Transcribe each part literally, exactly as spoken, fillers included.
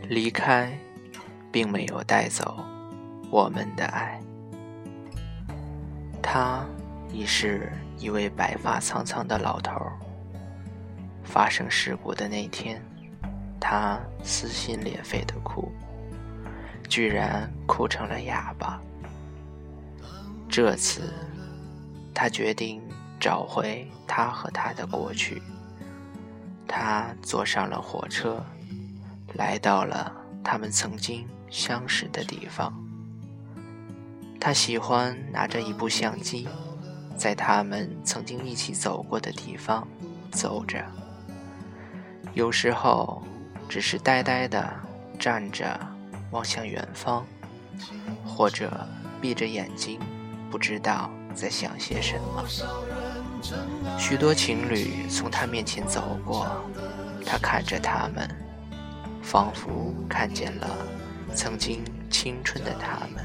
离开并没有带走我们的爱。他已是一位白发苍苍的老头。发生事故的那天，他撕心裂肺地哭，居然哭成了哑巴。这次他决定找回他和他的过去。他坐上了火车，来到了他们曾经相识的地方。他喜欢拿着一部相机，在他们曾经一起走过的地方走着，有时候只是呆呆地站着望向远方，或者闭着眼睛不知道在想些什么。许多情侣从他面前走过，他看着他们，仿佛看见了曾经青春的他们。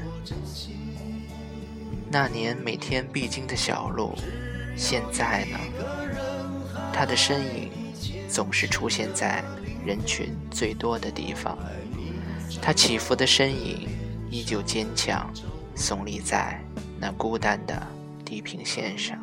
那年每天必经的小路，现在呢？他的身影总是出现在人群最多的地方，他起伏的身影依旧坚强，耸立在那孤单的地平线上。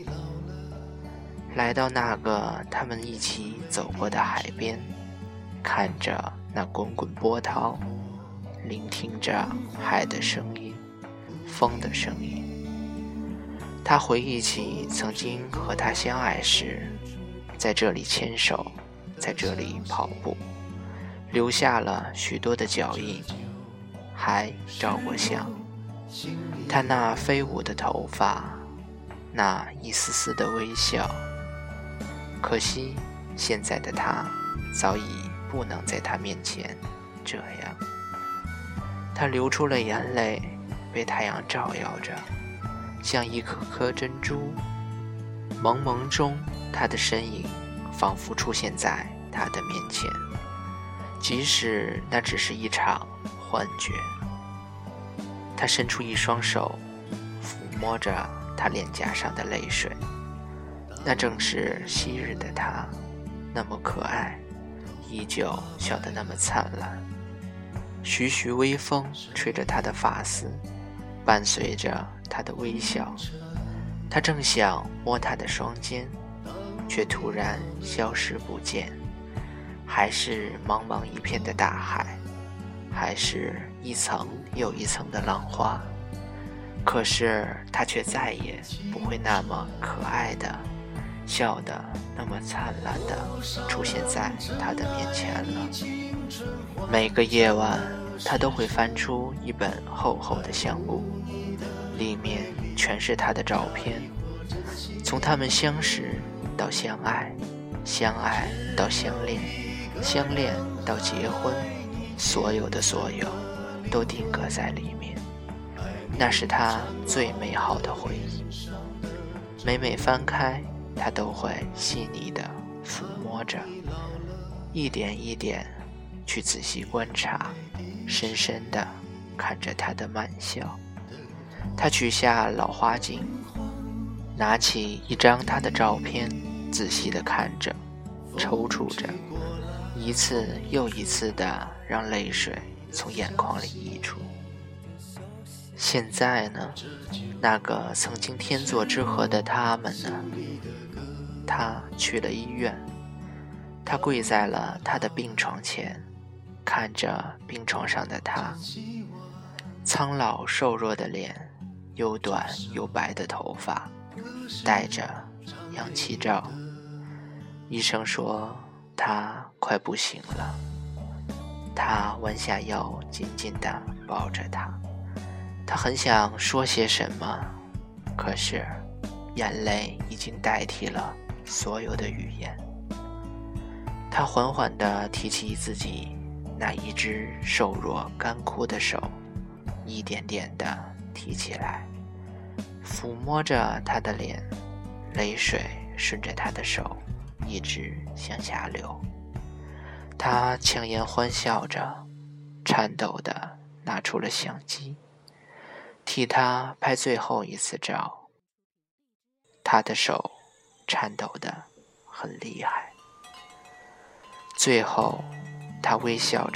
来到那个他们一起走过的海边，看着那滚滚波涛，聆听着海的声音，风的声音。他回忆起曾经和他相爱时，在这里牵手，在这里跑步，留下了许多的脚印，还照过相。他那飞舞的头发，那一丝丝的微笑。可惜现在的他早已不能在他面前这样。他流出了眼泪，被太阳照耀着，像一颗颗珍珠。蒙蒙中，他的身影仿佛出现在他的面前，即使那只是一场幻觉。他伸出一双手，抚摸着他脸颊上的泪水。那正是昔日的他，那么可爱，依旧笑得那么灿烂。徐徐微风吹着他的发丝，伴随着他的微笑。他正想摸他的双肩，却突然消失不见。还是茫茫一片的大海，还是一层又一层的浪花。可是他却再也不会那么可爱的笑得那么灿烂地出现在他的面前了。每个夜晚，他都会翻出一本厚厚的相簿，里面全是他的照片，从他们相识到相爱，相爱到相恋，相恋到结婚，所有的所有都定格在里面。那是他最美好的回忆。每每翻开，他都会细腻地抚摸着，一点一点去仔细观察，深深地看着他的慢笑。他取下老花镜，拿起一张他的照片，仔细地看着，抽搐着，一次又一次地让泪水从眼眶里溢出。现在呢？那个曾经天作之合的他们呢？他去了医院，他跪在了他的病床前，看着病床上的他，苍老瘦弱的脸，又短又白的头发，戴着氧气罩。医生说他快不行了。他弯下腰，紧紧地抱着他。他很想说些什么，可是眼泪已经代替了所有的语言。他缓缓地提起自己那一只瘦弱干枯的手，一点点地提起来，抚摸着他的脸，泪水顺着他的手一直向下流。他强颜欢笑着，颤抖地拿出了相机，替他拍最后一次照。他的手颤抖得很厉害。最后他微笑着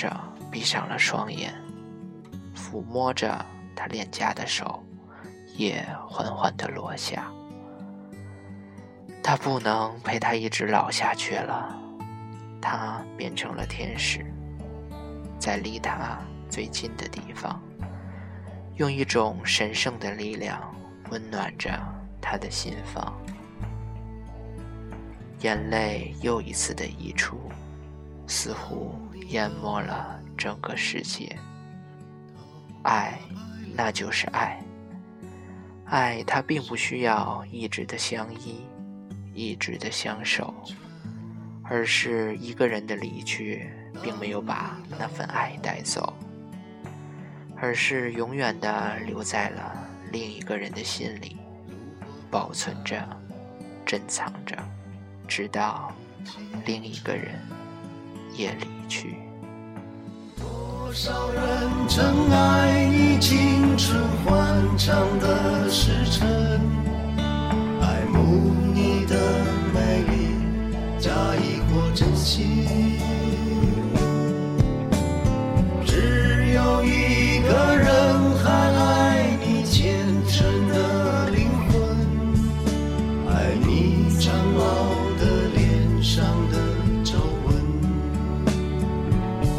闭上了双眼，抚摸着他脸颊的手也缓缓地落下。他不能陪他一直老下去了，他变成了天使，在离他最近的地方，用一种神圣的力量温暖着他的心房。眼泪又一次的溢出，似乎淹没了整个世界。爱，那就是爱。爱，它并不需要一直的相依，一直的相守，而是一个人的离去并没有把那份爱带走，而是永远的留在了另一个人的心里，保存着，珍藏着，直到另一个人也离去。 多少人真爱你青春欢畅的时辰，爱慕你的美丽，假意或真心。